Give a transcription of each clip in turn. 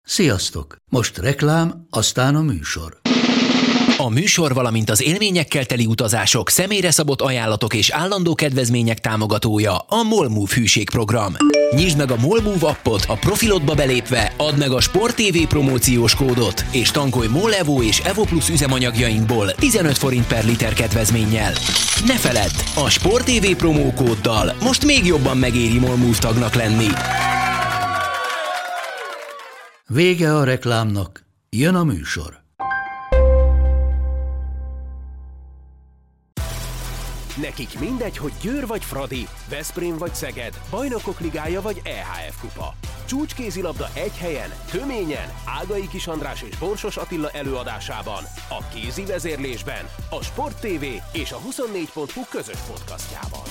Sziasztok! Most reklám, aztán a műsor. A műsor, valamint az élményekkel teli utazások, személyre szabott ajánlatok és állandó kedvezmények támogatója a MOL Move hűségprogram. Nyisd meg a MOL Move appot, a profilodba belépve, add meg a Sport TV promóciós kódot, és tankolj MOL Evo és Evo Plus üzemanyagjainkból 15 forint per liter kedvezménnyel. Ne feledd, a Sport TV promókóddal most még jobban megéri MOL Move tagnak lenni. Vége a reklámnak, jön a műsor. Nekik mindegy, hogy Győr vagy Fradi, Veszprém vagy Szeged, Bajnokok Ligája vagy EHF Kupa. Csúcskézilabda egy helyen, töményen, Ágai Kis András és Borsos Attila előadásában, a kézi vezérlésben, a Sport TV és a 24.hu közös podcastjában.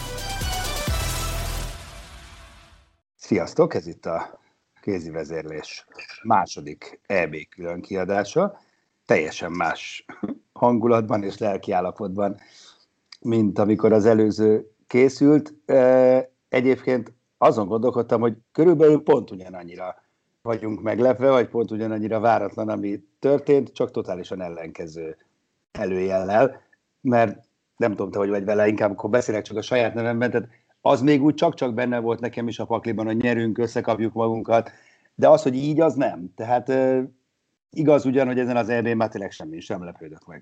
Sziasztok, ez itt a kézi vezérlés második EB külön kiadása. Teljesen más hangulatban és lelkiállapotban, mint amikor az előző készült. Egyébként azon gondolkodtam, hogy körülbelül pont ugyanannyira vagyunk meglepve, vagy pont ugyanannyira váratlan, ami történt, csak totálisan ellenkező előjellel, mert nem tudom, te hogy vagy vele, inkább akkor beszélek csak a saját nevemben, tehát az még úgy csak-csak benne volt nekem is a pakliban, hogy nyerünk, összekapjuk magunkat, de az, hogy így, az nem. Tehát igaz ugyan, hogy ezen az EB-n már tényleg semmi sem lepődök meg.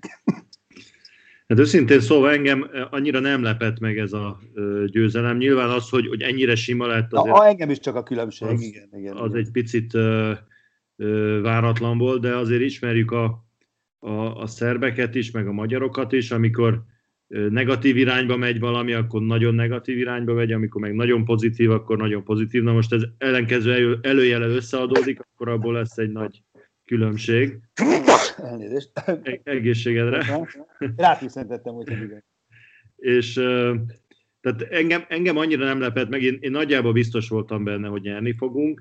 Hát őszintén szóval engem annyira nem lepett meg ez a győzelem. Nyilván az, hogy ennyire sima lett, azért engem is csak a különbség, igen. Az egy picit váratlan volt, de azért ismerjük a szerbeket is, meg a magyarokat is, amikor negatív irányba megy valami, akkor nagyon negatív irányba megy, amikor meg nagyon pozitív, akkor nagyon pozitív. Na most ez ellenkező előjellel összeadódik, akkor abból lesz egy nagy különbség. Elnézést. Egészségedre. Rátűszentettem, hogy igen. És tehát engem annyira nem lepett meg, én nagyjából biztos voltam benne, hogy nyerni fogunk,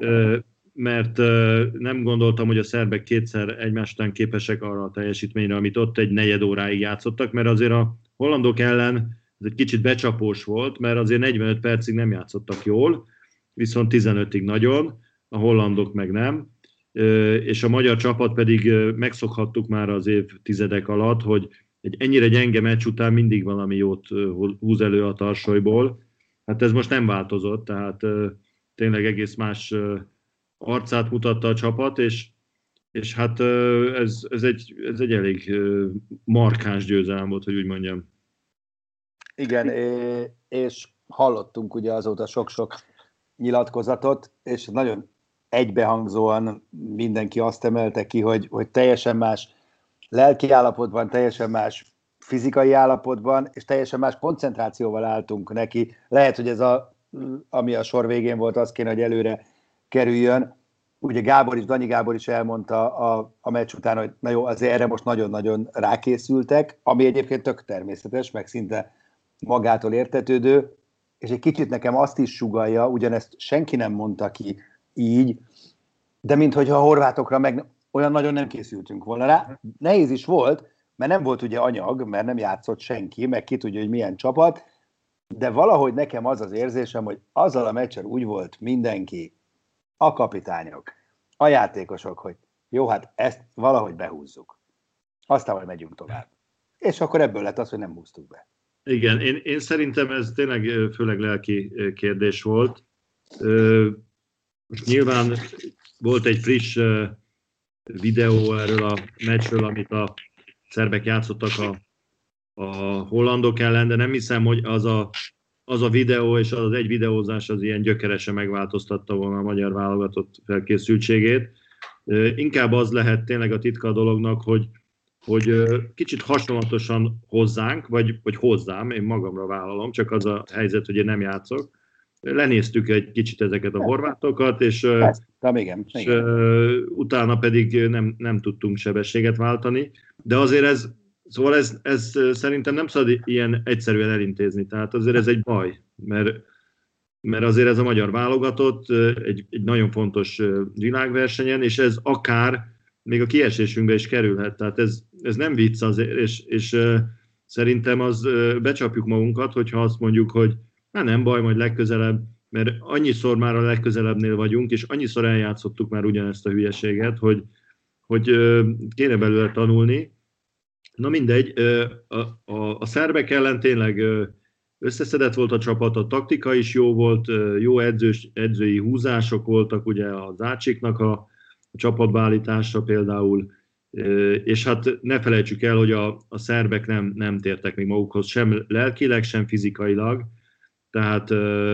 mert nem gondoltam, hogy a szerbek kétszer egymás után képesek arra a teljesítményre, amit ott egy negyed óráig játszottak, mert azért a hollandok ellen ez egy kicsit becsapós volt, mert azért 45 percig nem játszottak jól, viszont 15-ig nagyon, a hollandok meg nem, és a magyar csapat pedig megszokhattuk már az évtizedek alatt, hogy egy ennyire gyenge meccs után mindig valami jót húz elő a tarsolyból. Hát ez most nem változott, tehát tényleg egész más arcát mutatta a csapat, és hát ez egy elég markáns győzelem volt, hogy úgy mondjam. Igen, és hallottunk ugye azóta sok-sok nyilatkozatot, és nagyon egybehangzóan mindenki azt emelte ki, hogy teljesen más lelki állapotban, teljesen más fizikai állapotban, és teljesen más koncentrációval álltunk neki. Lehet, hogy ez ami a sor végén volt, az kéne, hogy előre kerüljön. Ugye Dani Gábor is elmondta a meccs után, hogy na jó, azért erre most nagyon-nagyon rákészültek, ami egyébként tök természetes, meg szinte magától értetődő, és egy kicsit nekem azt is sugallja, ugyanezt senki nem mondta ki így, de minthogyha a horvátokra meg olyan nagyon nem készültünk volna rá. Nehéz is volt, mert nem volt ugye anyag, mert nem játszott senki, meg ki tudja, hogy milyen csapat, de valahogy nekem az érzésem, hogy azzal a meccsen úgy volt mindenki, a kapitányok, a játékosok, hogy jó, hát ezt valahogy behúzzuk. Aztán majd megyünk tovább. És akkor ebből lett az, hogy nem húztuk be. Igen, én szerintem ez tényleg főleg lelki kérdés volt. Most nyilván volt egy friss videó erről a meccsről, amit a szerbek játszottak a hollandok ellen, de nem hiszem, hogy az a videó és az egy videózás az ilyen gyökeresen megváltoztatta volna a magyar válogatott felkészültségét. Inkább az lehet tényleg a titka a dolognak, hogy kicsit hasonlatosan hozzánk, vagy hozzám, én magamra vállalom, csak az a helyzet, hogy én nem játszok. Lenéztük egy kicsit ezeket a horvátokat, és utána pedig nem tudtunk sebességet váltani. De azért ez szerintem nem szabad ilyen egyszerűen elintézni. Tehát azért ez egy baj, mert azért ez a magyar válogatott egy nagyon fontos világversenyen, és ez akár még a kiesésünkbe is kerülhet. Tehát ez nem vicc azért, és szerintem az becsapjuk magunkat, hogyha azt mondjuk, hogy nem baj, majd legközelebb mert annyiszor már a legközelebbnél vagyunk, és annyiszor eljátszottuk már ugyanezt a hülyeséget, hogy kéne belőle tanulni. Na mindegy, a szerbek ellen tényleg összeszedett volt a csapat, a taktika is jó volt, jó edzői húzások voltak, ugye az Ácsiknak a csapatbeállítása például, és hát ne felejtsük el, hogy a szerbek nem tértek még magukhoz sem lelkileg, sem fizikailag, tehát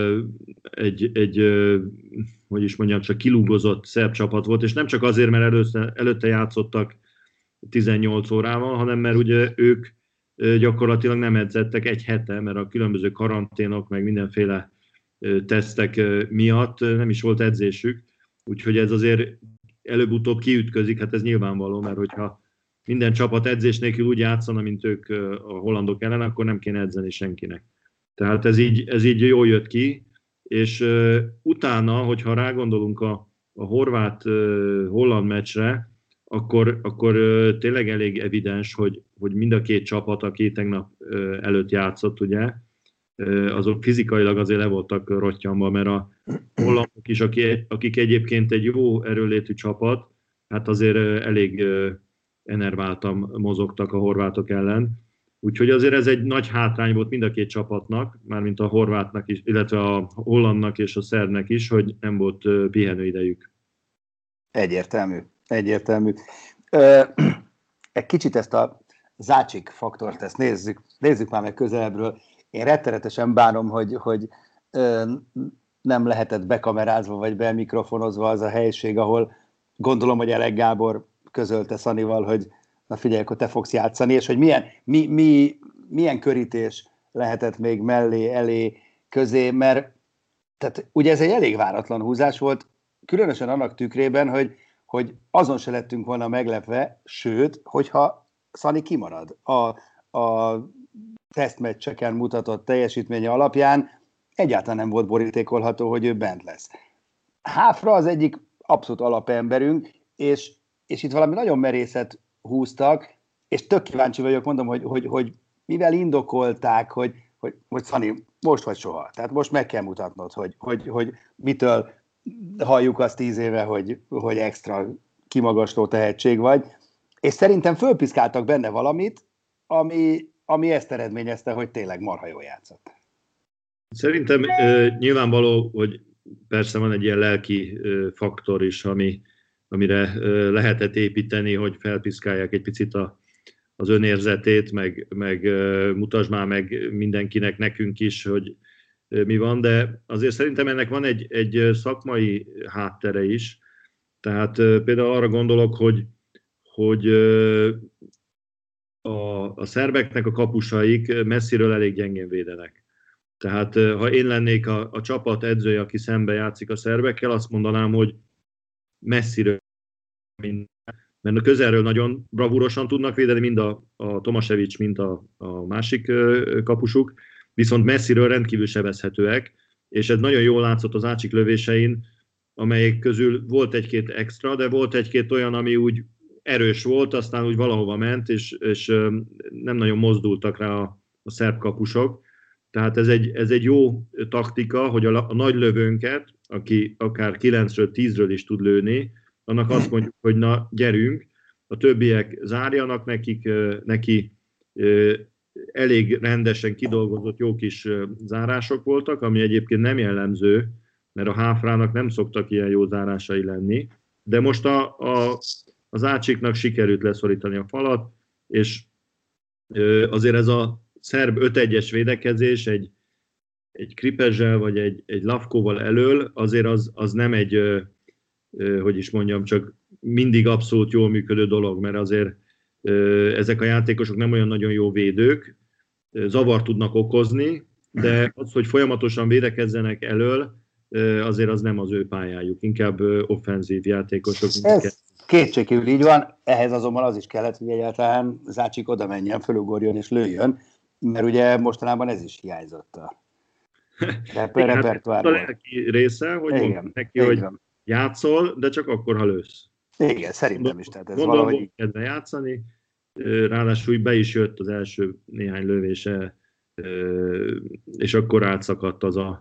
hogy is mondjam, csak kilúgozott szerb csapat volt, és nem csak azért, mert előtte játszottak 18 órával, hanem mert ugye ők gyakorlatilag nem edzettek egy hete, mert a különböző karanténok, meg mindenféle tesztek miatt nem is volt edzésük, úgyhogy ez azért előbb-utóbb kiütközik, hát ez nyilvánvaló, mert hogyha minden csapat edzés nélkül úgy játszana, mint ők a hollandok ellen, akkor nem kéne edzeni senkinek. Tehát ez így jól jött ki, és utána, hogyha rágondolunk a horvát-holland meccsre, akkor tényleg elég evidens, hogy mind a két csapat, aki tegnap előtt játszott, ugye, azok fizikailag azért le voltak rottyanva, mert a hollandok is, akik egyébként egy jó erőlétű csapat, hát azért elég enerváltan mozogtak a horvátok ellen. Úgyhogy azért ez egy nagy hátrány volt mind a két csapatnak, mármint a horvátnak is, illetve a hollandnak és a szerbnek is, hogy nem volt pihenőidejük. Egyértelmű. Egy kicsit ezt a Zácsik faktort, ezt nézzük már meg közelebbről. Én rettenetesen bánom, hogy nem lehetett bekamerázva vagy bemikrofonozva az a helység, ahol gondolom, hogy Elek Gábor közölte Szanival, hogy na figyelj, akkor te fogsz játszani, és hogy milyen körítés lehetett még mellé, elé, közé, mert tehát ugye ez egy elég váratlan húzás volt, különösen annak tükrében, hogy azon se lettünk volna meglepve, sőt, hogyha Szani kimarad a tesztmeccseken mutatott teljesítménye alapján, egyáltalán nem volt borítékolható, hogy ő bent lesz. Háfra az egyik abszolút alapemberünk, és itt valami nagyon merészet húztak, és tök kíváncsi vagyok, mondom, hogy mivel indokolták, hogy Szani, most vagy soha. Tehát most meg kell mutatnod, hogy mitől halljuk azt 10 éve, hogy extra kimagasló tehetség vagy. És szerintem fölpiszkáltak benne valamit, ami ezt eredményezte, hogy tényleg marha jól játszott. Szerintem nyilvánvaló, hogy persze van egy ilyen lelki faktor is, amire lehetett építeni, hogy felpiszkálják egy picit az önérzetét, meg mutasd már meg mindenkinek, nekünk is, hogy mi van, de azért szerintem ennek van egy szakmai háttere is. Tehát például arra gondolok, hogy a szerbeknek a kapusaik messziről elég gyengén védenek. Tehát ha én lennék a csapat edzője, aki szembe játszik a szerbekkel, azt mondanám, hogy messziről, mert a közelről nagyon bravúrosan tudnak védeni, mind a Tomasevic, mind a másik kapusuk, viszont messziről rendkívül sebezhetőek, és ez nagyon jól látszott az Ácsik lövésein, amelyek közül volt egy-két extra, de volt egy-két olyan, ami úgy erős volt, aztán úgy valahova ment, és nem nagyon mozdultak rá a szerb kapusok. Tehát ez egy jó taktika, hogy a nagy lövőnket, aki akár 9-ről, 10-ről is tud lőni, annak azt mondjuk, hogy na, gyerünk, a többiek zárjanak neki elég rendesen kidolgozott jó kis zárások voltak, ami egyébként nem jellemző, mert a Háfrának nem szoktak ilyen jó zárásai lenni, de most az Ácsiknak sikerült leszorítani a falat, és azért ez a szerb 5-1-es védekezés egy Kripezsel vagy egy Lavkóval elől, azért az nem egy, hogy is mondjam, csak mindig abszolút jól működő dolog, mert azért ezek a játékosok nem olyan nagyon jó védők, zavart tudnak okozni, de az, hogy folyamatosan védekezzenek elől, azért az nem az ő pályájuk, inkább offenzív játékosok. Ez kétségkívül így van, ehhez azonban az is kellett, hogy egyáltalán Zácsik oda menjen, fölugorjon és lőjön, mert ugye mostanában ez is hiányzott a repertoárból. A lelki része, hogy mondom neki, hogy játszol, de csak akkor, ha lősz. Igen, szerintem is. Tehát ez gondolom, valahogy kedve játszani, ráadásul be is jött az első néhány lövése, és akkor átszakadt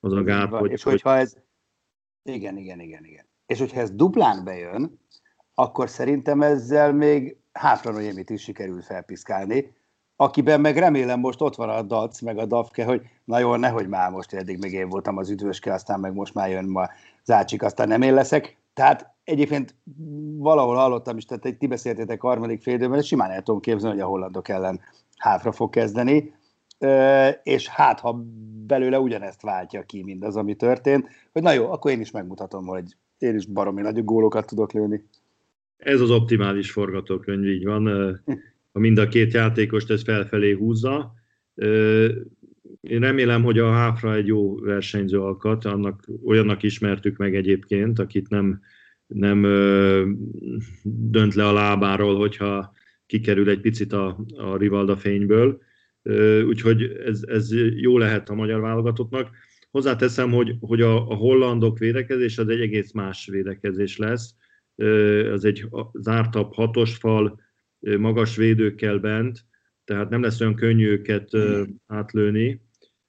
az a gát, hogy... És hogyha ez... Igen. És hogyha ez duplán bejön, akkor szerintem ezzel még Háfra Noémit is sikerül felpiszkálni, akiben meg remélem most ott van a Dac, meg a Dafke, hogy na jó, nehogy már most, eddig még én voltam az üdvöske, aztán meg most már jön ma Zácsik, aztán nem én leszek. Tehát egyébként valahol hallottam is, tehát ti beszéltétek harmadik fél időben, simán el tudom képzelni, hogy a hollandok ellen Háfra fog kezdeni, és hát ha belőle ugyanezt váltja ki mindaz, ami történt, hogy na jó, akkor én is megmutatom, hogy én is baromi nagy gólokat tudok lőni. Ez az optimális forgatókönyv, így van. Ha mind a két játékost ez felfelé húzza. Én remélem, hogy a Háfra egy jó versenyző alkat, olyannak ismertük meg egyébként, akit nem dönt le a lábáról, hogyha kikerül egy picit a Rivalda fényből. Úgyhogy ez jó lehet a magyar válogatottnak. Hozzáteszem, hogy a hollandok védekezés az egy egész más védekezés lesz. Az egy zártabb hatos fal, magas védőkkel bent, tehát nem lesz olyan könnyű őket átlőni.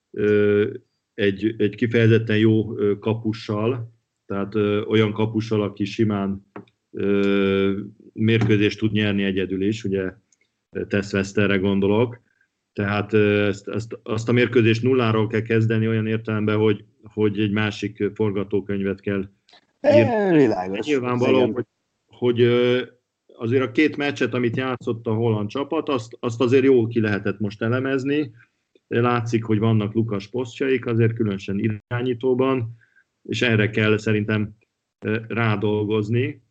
Egy kifejezetten jó kapussal, tehát olyan kapussal, aki simán mérkőzést tud nyerni egyedül is, ugye Tess Westerre gondolok. Tehát azt a mérkőzést nulláról kell kezdeni olyan értelemben, hogy egy másik forgatókönyvet kell írni. Világos. Nyilvánvaló, hogy azért a két meccset, amit játszott a holland csapat, azt azért jól ki lehetett most elemezni. Látszik, hogy vannak lukas posztjaik, azért különösen irányítóban, és erre kell szerintem rádolgozni.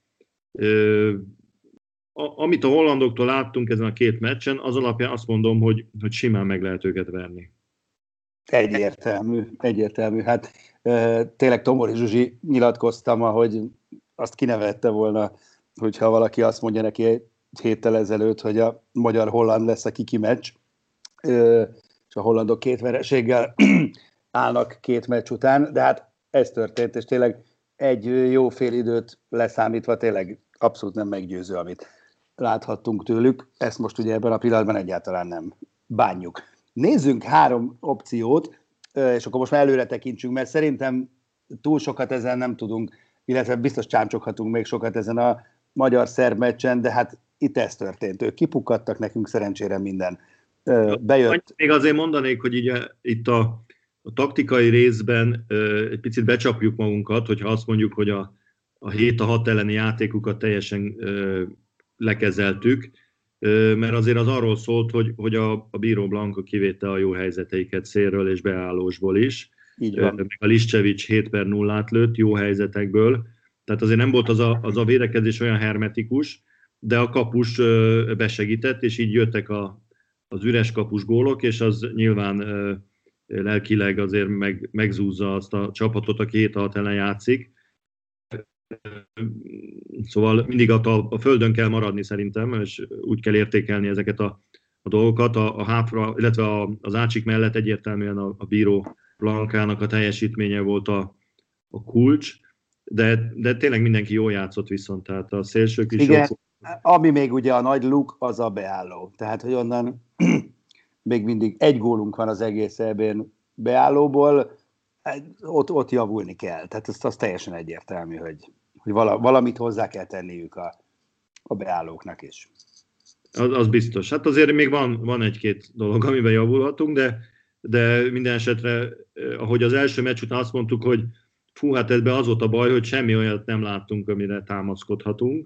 Amit a hollandoktól láttunk ezen a két meccsen, az alapján azt mondom, hogy simán meg lehet őket verni. Egyértelmű. Hát tényleg Tomori Zsuzsi nyilatkoztam, hogy azt kinevette volna, hogyha valaki azt mondja neki egy héttel ezelőtt, hogy a magyar-holland lesz a kiki meccs, és a hollandok 2 vereséggel állnak 2 meccs után, de hát ez történt, és tényleg egy jó fél időt leszámítva tényleg abszolút nem meggyőző, amit láthattunk tőlük. Ezt most ugye ebben a pillanatban egyáltalán nem bánjuk. Nézzünk 3 opciót, és akkor most már előre tekintsünk, mert szerintem túl sokat ezen nem tudunk, illetve biztos csámcsoghatunk még sokat ezen a magyar-szerb meccsen, de hát itt ez történt. Ők kipukkadtak, nekünk szerencsére minden bejött. Még azért mondanék, hogy így itt a taktikai részben egy picit becsapjuk magunkat, hogyha azt mondjuk, hogy a 7-6 elleni játékukat teljesen lekezeltük, mert azért az arról szólt, hogy a Bíró Blanka kivétte a jó helyzeteiket szélről és beállósból is. Így van. Meg a Liscevics 7/0-át lőtt jó helyzetekből. Tehát azért nem volt az a védekezés olyan hermetikus, de a kapus besegített, és így jöttek az üres kapus gólok, és az nyilván lelkileg azért megzúzza azt a csapatot, aki 7-6 ellen játszik. Szóval mindig a földön kell maradni szerintem, és úgy kell értékelni ezeket a dolgokat. A Háfra, illetve az Ácsik mellett egyértelműen a Bíró Blankának a teljesítménye volt a kulcs, de tényleg mindenki jól játszott viszont, tehát a szélsők is igen, ami még ugye a nagy luk, az a beálló. Tehát, hogy onnan még mindig 1 gólunk van az egész EB-n beállóból, ott javulni kell. Tehát az teljesen egyértelmű, hogy valamit hozzá kell tenniük a beállóknak is. Az biztos. Hát azért még van 1-2 dolog, amiben javulhatunk, de minden esetre, ahogy az első meccs után azt mondtuk, hogy fú, hát ebben az volt a baj, hogy semmi olyat nem láttunk, amire támaszkodhatunk.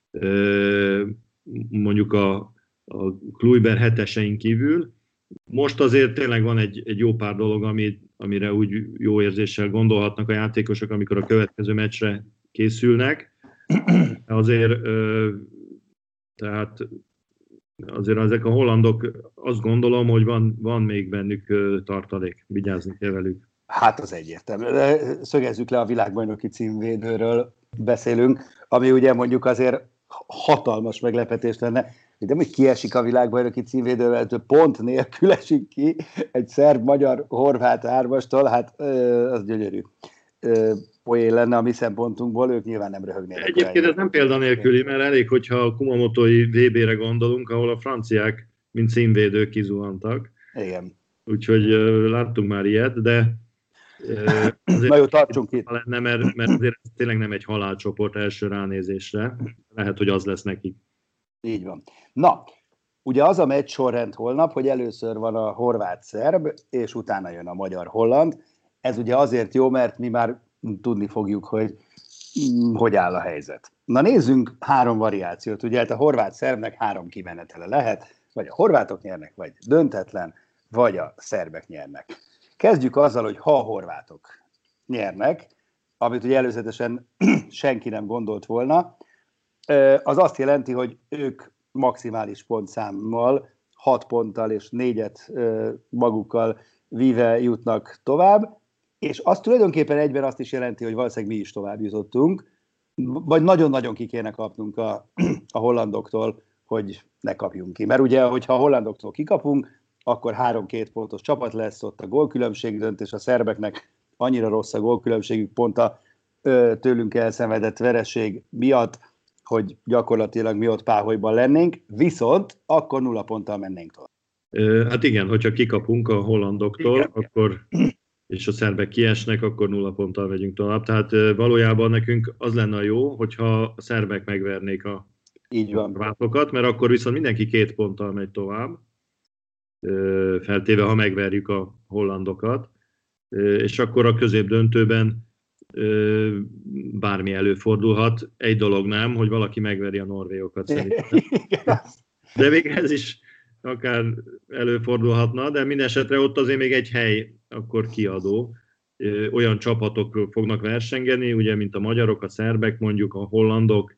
Mondjuk a Kluiber 7-esein kívül. Most azért tényleg van egy jó pár dolog, amire úgy jó érzéssel gondolhatnak a játékosok, amikor a következő meccsre készülnek. Azért, tehát azért ezek a hollandok, azt gondolom, hogy van még bennük tartalék, vigyázni kell velük. Hát az egyértelmű. Szögezzük le, a világbajnoki címvédőről beszélünk, ami ugye mondjuk azért hatalmas meglepetés lenne, de hogy kiesik a világbajnoki címvédővel, pont nélkül esik ki egy szerb, magyar, horvát árvastól, hát az gyönyörű poén lenne a mi szempontunkból, ők nyilván nem röhögnének. Egyébként ez nem példanélküli, mert elég, hogyha a kumamotói VB-re gondolunk, ahol a franciák, mint címvédők kizuhantak. Igen. Úgyhogy láttunk már ilyet, de Na jó, tartsunk itt. Lenne, mert azért ez tényleg nem egy halálcsoport első ránézésre. Lehet, hogy az lesz nekik. Így van. Na, ugye az a meccs sorrend holnap, hogy először van a horvát-szerb, és utána jön a magyar-holland. Ez ugye azért jó, mert mi már tudni fogjuk, hogy áll a helyzet. Na nézzünk 3 variációt. Ugye hát a horvát-szerbnek 3 kimenetele lehet, vagy a horvátok nyernek, vagy döntetlen, vagy a szerbek nyernek. Kezdjük azzal, hogy ha a horvátok nyernek, amit ugye előzetesen senki nem gondolt volna, az azt jelenti, hogy ők maximális pontszámmal, 6 ponttal és 4-et magukkal víve jutnak tovább, és az tulajdonképpen egyben azt is jelenti, hogy valószínűleg mi is tovább jutottunk, vagy nagyon-nagyon ki kéne kapnunk a hollandoktól, hogy ne kapjunk ki. Mert ugye, hogyha a hollandoktól kikapunk, akkor 3-2 pontos csapat lesz, ott a gólkülönbség dönt, és a szerbeknek annyira rossz a gólkülönbségük pont a tőlünk elszenvedett vereség miatt, hogy gyakorlatilag mi ott páholyban lennénk, viszont akkor 0 ponttal mennénk tovább. Hát igen, hogyha kikapunk a hollandoktól, igen, akkor, és a szerbek kiesnek, akkor 0 ponttal megyünk tovább. Tehát valójában nekünk az lenne a jó, hogyha a szerbek megvernék a horvátokat, mert akkor viszont mindenki 2 ponttal megy tovább, feltéve, ha megverjük a hollandokat, és akkor a középdöntőben bármi előfordulhat. Egy dolog nem, hogy valaki megveri a norvégokat szerintem. De még ez is akár előfordulhatna, de minden esetre ott azért még egy hely akkor kiadó. Olyan csapatok fognak versengeni, ugye, mint a magyarok, a szerbek, mondjuk a hollandok,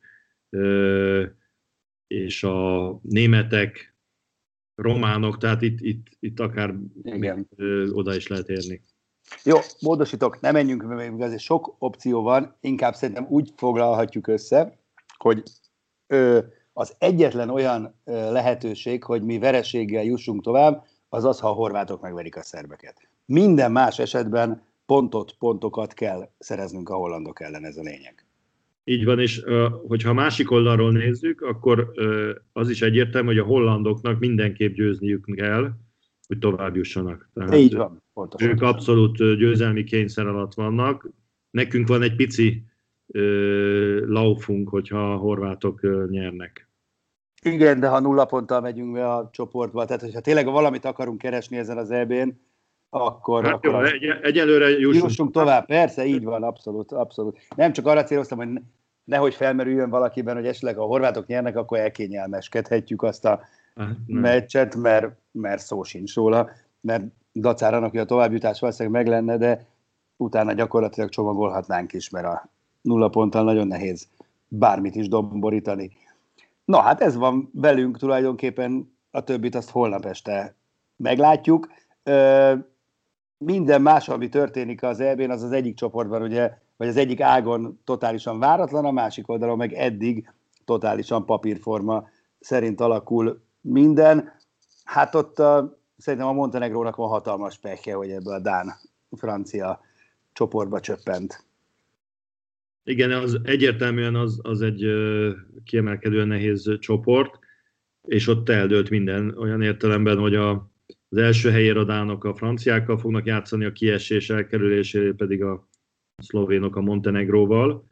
és a németek, románok, tehát itt akár oda is lehet érni. Jó, módosítok, ne menjünk, mert még azért sok opció van, inkább szerintem úgy foglalhatjuk össze, hogy az egyetlen olyan lehetőség, hogy mi vereséggel jussunk tovább, az az, ha a horvátok megverik a szerbeket. Minden más esetben pontokat kell szereznünk a hollandok ellen, ez a lényeg. Így van, és hogyha a másik oldalról nézzük, akkor az is egyértelmű, hogy a hollandoknak mindenképp győzniük kell, hogy tovább jussanak. Tehát így van, pontosan. Ők abszolút győzelmi kényszer alatt vannak. Nekünk van egy pici laufunk, hogyha a horvátok nyernek. Igen, de ha 0 ponttal megyünk be a csoportba, tehát hogyha tényleg valamit akarunk keresni ezen az EB-n, akkor... Hát jó, egyelőre jussunk tovább. Persze, így van, abszolút. Nem csak arra céloztam, hogy nehogy felmerüljön valakiben, hogy esetleg a horvátok nyernek, akkor elkényelmeskedhetjük azt a meccset, mert szó sincs róla, mert dacára annak, hogy a továbbjutás valószínűleg meg lenne, de utána gyakorlatilag csomagolhatnánk is, mert a 0 ponttal nagyon nehéz bármit is domborítani. Na, hát ez van velünk tulajdonképpen, a többit azt holnap este meglátjuk. Minden más, ami történik az EB-n, az egyik csoportban, ugye, vagy az egyik ágon totálisan váratlan, a másik oldalon meg eddig totálisan papírforma szerint alakul minden. Hát ott szerintem a Montenegrónak van hatalmas pekje, hogy ebből a dán-francia csoportba csöppent. Igen, az egyértelműen az egy kiemelkedően nehéz csoport, és ott eldőlt minden olyan értelemben, hogy az első helyére a dánok a franciákkal fognak játszani, a kiesés elkerülésére pedig a szlovénok a Montenegróval.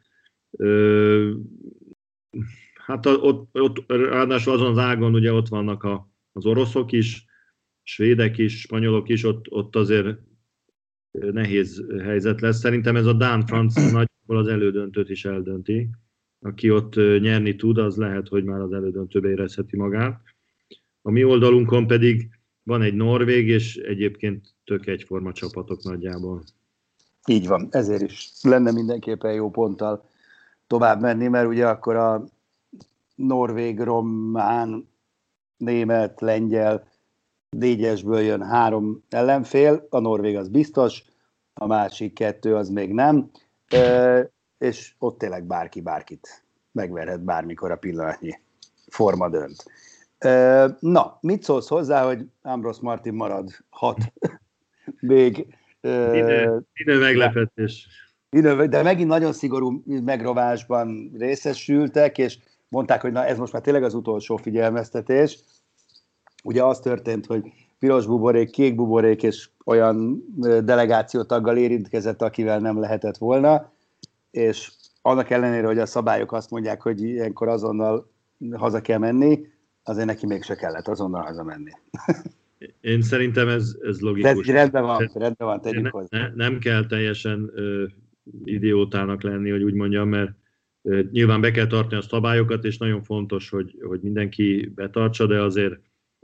Hát ott ráadásul azon az ágon ugye ott vannak az oroszok is, svédek is, spanyolok is, ott azért nehéz helyzet lesz. Szerintem ez a dán-francia nagyjából az elődöntőt is eldönti. Aki ott nyerni tud, az lehet, hogy már az elődöntőbe érezheti magát. A mi oldalunkon pedig van egy norvég, és egyébként tök egyforma csapatok nagyjából. Így van, ezért is lenne mindenképpen jó ponttal tovább menni, mert ugye akkor a norvég, román, német, lengyel, négyesből jön 3 ellenfél, a norvég az biztos, a másik 2 az még nem, és ott tényleg bárki bárkit megverhet bármikor, a pillanatnyi forma dönt. Na, mit szólsz hozzá, hogy Ambros Martin marad 6 még? Minden meglepetés. De megint nagyon szigorú megrovásban részesültek, és mondták, hogy na ez most már tényleg az utolsó figyelmeztetés. Ugye az történt, hogy piros buborék, kék buborék, és olyan delegációtaggal érintkezett, akivel nem lehetett volna, és annak ellenére, hogy a szabályok azt mondják, hogy ilyenkor azonnal haza kell menni, azért neki mégse kellett azonnal hazamenni. Én szerintem ez logikus. De rendben van, tegyük hozzá. Nem kell teljesen idiótának lenni, hogy úgy mondjam, mert nyilván be kell tartani a szabályokat, és nagyon fontos, hogy mindenki betartsa, de azért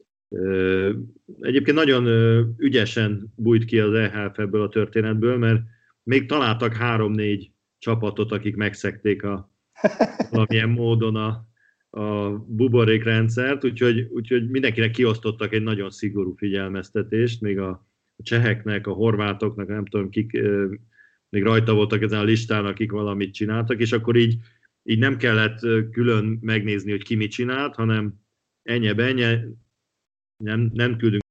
egyébként nagyon ügyesen bújt ki az EHF ebből a történetből, mert még találtak 3-4 csapatot, akik megszegték valamilyen módon a buborékrendszert, úgyhogy mindenkinek kiosztottak egy nagyon szigorú figyelmeztetést, még a cseheknek, a horvátoknak, nem tudom kik, még rajta voltak ezen a listán, akik valamit csináltak, és akkor így nem kellett külön megnézni, hogy ki mit csinált, hanem ennyi, nem küldünk.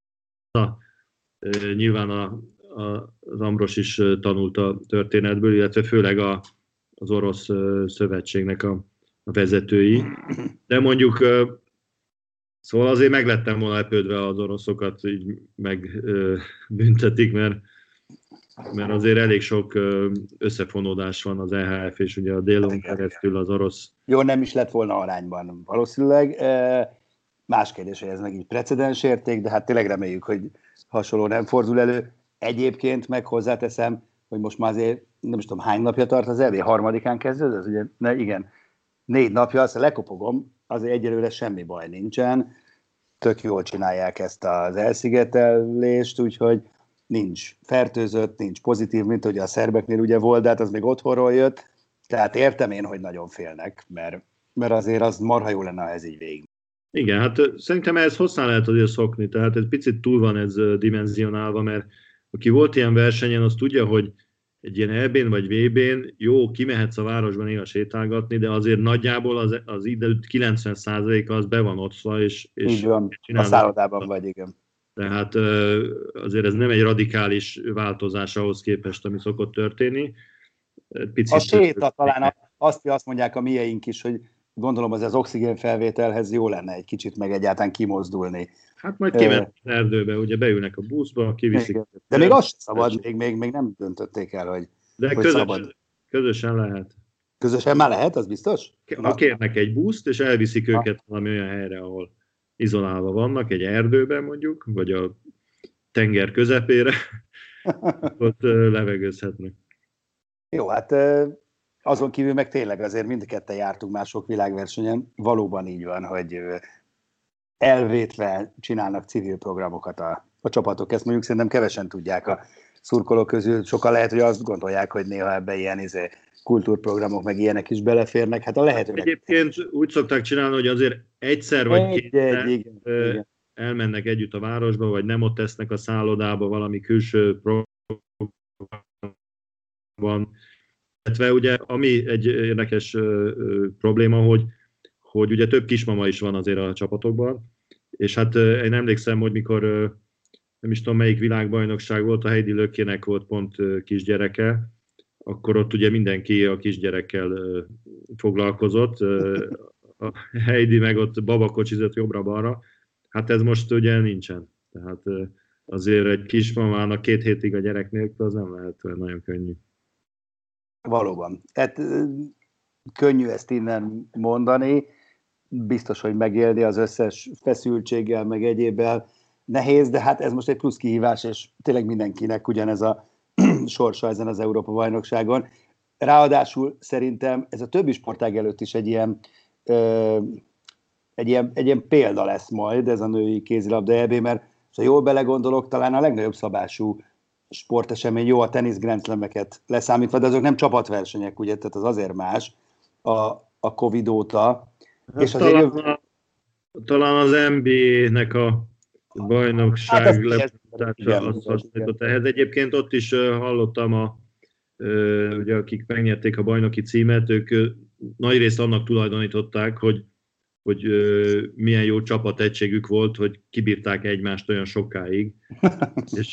Nyilván az Ambros is tanult a történetből, illetve főleg az orosz szövetségnek a vezetői. De mondjuk, szóval azért meglettem volna lepődve, az oroszokat így megbüntetik, mert azért elég sok összefonódás van az EHF és ugye a délon keresztül az orosz. Jó, nem is lett volna arányban valószínűleg. Más kérdés, hogy ez meg így precedens érték, de hát tényleg reméljük, hogy hasonló nem fordul elő. Egyébként meg hozzáteszem, hogy most már azért nem is tudom hány napja tart az EB, 3-án kezdődött, ugye? Igen, 4 napja, azt lekopogom, azért egyelőre semmi baj nincsen, tök jól csinálják ezt az elszigetelést, úgyhogy nincs fertőzött, nincs pozitív, mint ugye a szerbeknél ugye volt, de hát az még otthonról jött, tehát értem én, hogy nagyon félnek, mert azért az marha jó lenne, ha ez így végig. Igen, hát szerintem ehhez hosszá lehet azért szokni, tehát egy picit túl van ez dimenzionálva, mert aki volt ilyen versenyen, az tudja, hogy egy ilyen EB-n vagy VB-n jó, kimehetsz a városban néha sétálgatni, de azért nagyjából az idő 90%-a az be van osztva, és így van, a szállodában vagy, igen. Tehát azért ez nem egy radikális változás ahhoz képest, ami szokott történni. Picit a séta talán azt mondják a mieink is, hogy gondolom az oxigénfelvételhez jó lenne egy kicsit meg egyáltalán kimozdulni. Hát majd kimennek az erdőbe, ugye beülnek a buszba, kiviszik. De még azt szabad, még nem döntötték el, hogy szabad. Közösen lehet. Közösen már lehet, az biztos? Ha kérnek egy buszt, és elviszik őket valami olyan helyre, ahol izolálva vannak, egy erdőben mondjuk, vagy a tenger közepére, ott levegőzhetnek. Jó, hát azon kívül meg tényleg azért mindketten jártunk már sok világversenyen, valóban így van, hogy elvétve csinálnak civil programokat a csapatok. Ezt mondjuk szerintem kevesen tudják a szurkolók közül. Sokan lehet, hogy azt gondolják, hogy néha ebbe ilyen kultúrprogramok, meg ilyenek is beleférnek. Hát a lehetőleg... Egyébként úgy szokták csinálni, hogy azért egyszer vagy kétszer elmennek együtt a városba, vagy nem ott tesznek a szállodába, valami külső van. Illetve ugye, ami egy érdekes probléma, hogy ugye több kismama is van azért a csapatokban, és hát én emlékszem, hogy mikor nem is tudom melyik világbajnokság volt, a Heidi Lökkének volt pont kisgyereke, akkor ott ugye mindenki a kisgyerekkel foglalkozott, a Heidi meg ott babakocsizott jobbra-balra, hát ez most ugye nincsen. Tehát azért egy kismamának 2 hétig a gyerek nélkül az nem lehet nagyon könnyű. Valóban. Hát könnyű ezt innen mondani, biztos, hogy megélni az összes feszültséggel, meg egyébbel nehéz, de hát ez most egy plusz kihívás, és tényleg mindenkinek ugyanez a sorsa ezen az Európa-bajnokságon. Ráadásul szerintem ez a többi sportág előtt is egy ilyen példa lesz majd, ez a női kézilabda EB, mert ha jól belegondolok, talán a legnagyobb szabású sportesemény, jó, a tenisz Grand Slameket leszámítva, de azok nem csapatversenyek, ugye, tehát az azért más a Covid óta. Hát és talán az NBA-nek a bajnokság lebutatása az hasonlított ehhez. Egyébként ott is hallottam, ugye, akik megnyerték a bajnoki címet, ők nagyrészt annak tulajdonították, hogy milyen jó csapategységük volt, hogy kibírták egymást olyan sokáig, és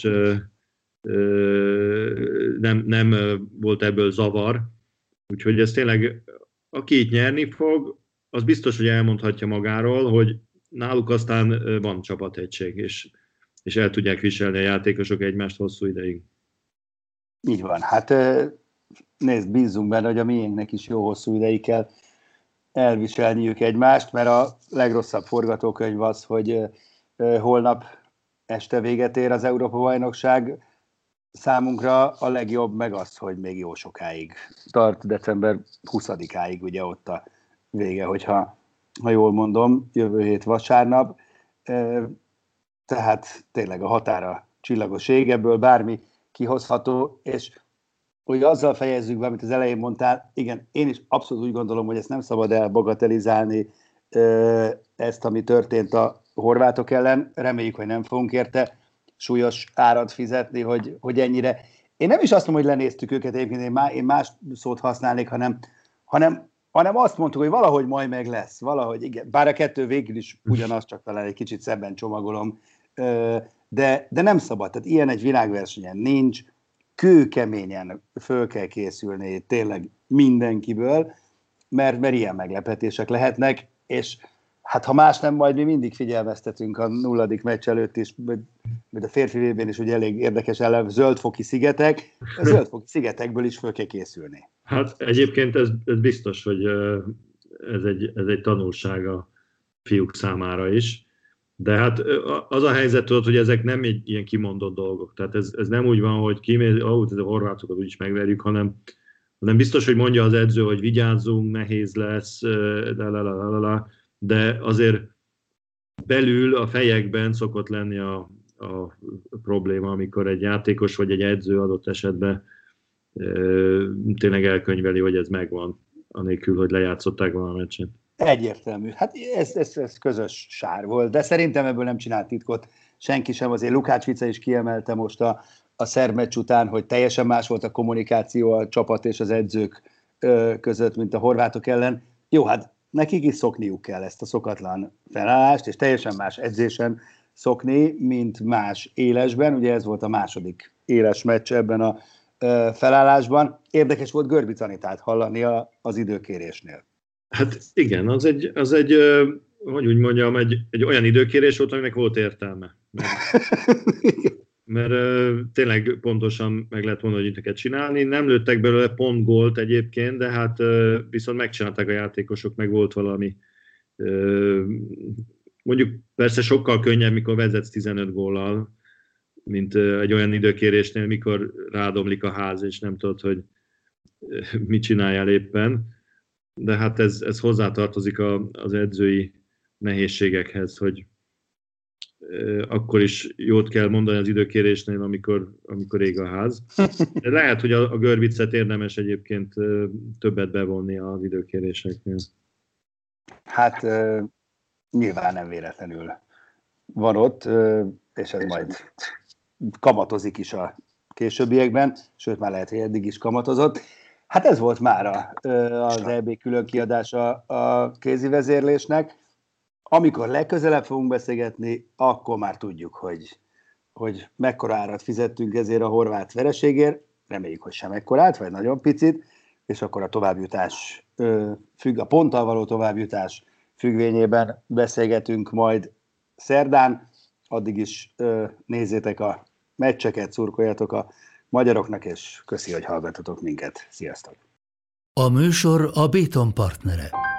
nem volt ebből zavar. Úgyhogy ez tényleg, aki itt nyerni fog, az biztos, hogy elmondhatja magáról, hogy náluk aztán van csapategység, és és el tudják viselni a játékosok egymást hosszú ideig. Így van. Hát nézd, bízzunk benne, hogy a miénknek is jó hosszú ideig kell elviselniük egymást, mert a legrosszabb forgatókönyv az, hogy holnap este véget ér az Európa-bajnokság. Számunkra a legjobb meg az, hogy még jó sokáig tart, december 20-áig ugye ott a vége, hogyha jól mondom, jövő hét vasárnap. Tehát tényleg a határa csillagos ég, ebből bármi kihozható, és hogy azzal fejezzük be, amit az elején mondtál, igen, én is abszolút úgy gondolom, hogy ezt nem szabad elbagatelizálni, ezt, ami történt a horvátok ellen. Reméljük, hogy nem fogunk érte súlyos árat fizetni, hogy ennyire. Én nem is azt mondom, hogy lenéztük őket, egyébként én más szót használnék, hanem azt mondtuk, hogy valahogy majd meg lesz. Valahogy, igen. Bár a kettő végül is ugyanaz, csak talán egy kicsit szebben csomagolom. De nem szabad. Tehát ilyen egy világversenyen nincs. Kőkeményen föl kell készülni tényleg mindenkiből, mert ilyen meglepetések lehetnek, és hát ha más nem, majd mi mindig figyelmeztetünk a 0. meccs előtt is, mert a férfi VB-n is ugye elég érdekes ellen, Zöldfoki szigetek, a Zöldfoki szigetekből is föl kell készülni. Hát egyébként ez biztos, hogy ez egy tanulság a fiúk számára is, de hát az a helyzet, tudod, hogy ezek nem ilyen kimondott dolgok, tehát ez nem úgy van, hogy a horvátokat úgyis megverjük, hanem biztos, hogy mondja az edző, hogy vigyázzunk, nehéz lesz, de azért belül a fejekben szokott lenni a probléma, amikor egy játékos vagy egy edző adott esetben tényleg elkönyveli, hogy ez megvan, anélkül, hogy lejátszották volna a meccset. Egyértelmű. Hát ez közös sár volt, de szerintem ebből nem csinált titkot senki sem. Azért Lukács Vica is kiemelte most a szerb meccs után, hogy teljesen más volt a kommunikáció a csapat és az edzők között, mint a horvátok ellen. Jó, hát nekik is szokniuk kell ezt a szokatlan felállást, és teljesen más edzésen szokni, mint más élesben. Ugye ez volt a második éles meccs ebben a felállásban. Érdekes volt Görbic Anitát hallani az időkérésnél. Hát igen, az egy hogy úgy mondjam, egy olyan időkérés volt, aminek volt értelme. Mert tényleg pontosan meg lehet volna, hogy itt csinálni. Nem lőttek belőle pont gólt egyébként, de hát viszont megcsinálták a játékosok, meg volt valami. Mondjuk persze sokkal könnyebb, mikor vezetsz 15 góllal, mint egy olyan időkérésnél, mikor rádomlik a ház, és nem tudod, hogy mit csináljál éppen. De hát ez hozzátartozik az edzői nehézségekhez, hogy akkor is jót kell mondani az időkérésnél, amikor ég a ház. De lehet, hogy a Görbicet érdemes egyébként többet bevonni az időkéréseknél. Hát nyilván nem véletlenül van ott, és ez majd kamatozik is a későbbiekben, sőt már lehet, hogy eddig is kamatozott. Hát ez volt mára az EB külön kiadása a kézi vezérlésnek. Amikor legközelebb fogunk beszélgetni, akkor már tudjuk, hogy mekkora árat fizettünk ezért a horvát vereségért. Reméljük, hogy sem ekkorát, vagy nagyon picit, és akkor a továbbjutás a ponttal való továbbjutás függvényében beszélgetünk majd szerdán. Addig is nézzétek a meccseket, szurkoljatok a magyaroknak, és köszi, hogy hallgatotok minket. Sziasztok! A műsor a Béton partnere.